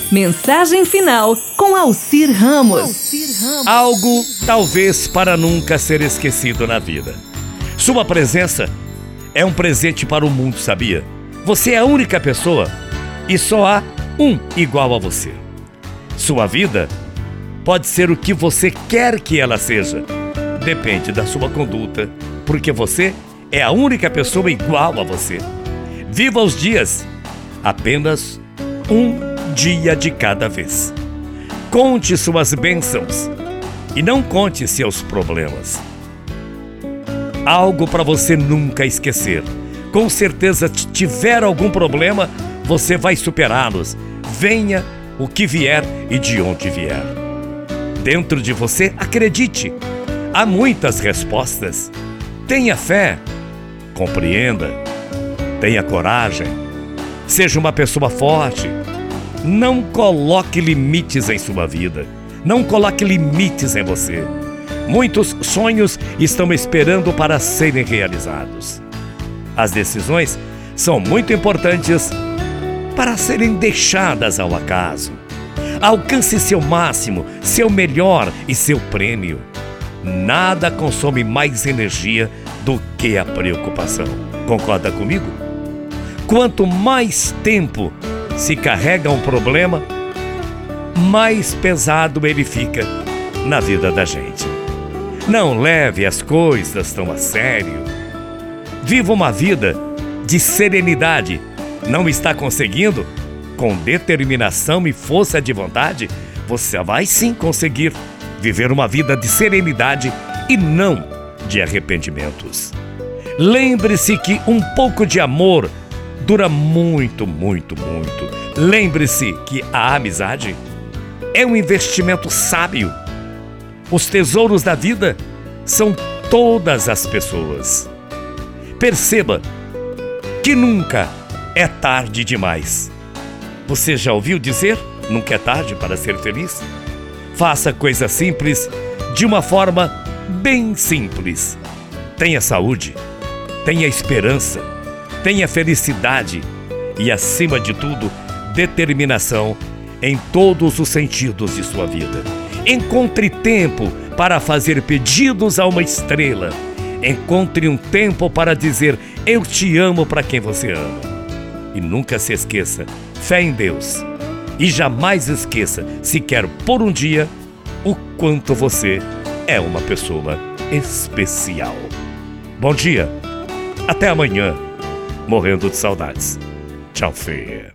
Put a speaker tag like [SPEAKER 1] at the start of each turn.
[SPEAKER 1] Mensagem final com Alcir Ramos.
[SPEAKER 2] Algo talvez para nunca ser esquecido na vida. Sua presença é um presente para o mundo, sabia? Você é a única pessoa e só há um igual a você. Sua vida pode ser o que você quer que ela seja. Depende da sua conduta, porque você é a única pessoa igual a você. Viva os dias, apenas um dia de cada vez. Conte suas bênçãos e não conte seus problemas. Algo para você nunca esquecer. Com certeza, se tiver algum problema, você vai superá-los. Venha o que vier e de onde vier. Dentro de você, acredite, há muitas respostas. Tenha fé, compreenda, tenha coragem, seja uma pessoa forte. Não coloque limites em sua vida. Não coloque limites em você. Muitos sonhos estão esperando para serem realizados. As decisões são muito importantes para serem deixadas ao acaso. Alcance seu máximo, seu melhor e seu prêmio. Nada consome mais energia do que a preocupação. Concorda comigo? Quanto mais tempo se carrega um problema, mais pesado ele fica na vida da gente. Não leve as coisas tão a sério. Viva uma vida de serenidade. Não está conseguindo? Com determinação e força de vontade, você vai sim conseguir viver uma vida de serenidade e não de arrependimentos. Lembre-se que um pouco de amor dura muito, muito, muito. Lembre-se que a amizade é um investimento sábio. Os tesouros da vida são todas as pessoas. Perceba que nunca é tarde demais. Você já ouviu dizer, nunca é tarde para ser feliz? Faça coisas simples de uma forma bem simples. Tenha saúde, tenha esperança, tenha felicidade e, acima de tudo, determinação em todos os sentidos de sua vida. Encontre tempo para fazer pedidos a uma estrela. Encontre um tempo para dizer eu te amo para quem você ama. E nunca se esqueça, fé em Deus. E jamais esqueça, sequer por um dia, o quanto você é uma pessoa especial. Bom dia, até amanhã, morrendo de saudades. Tchau, Fê.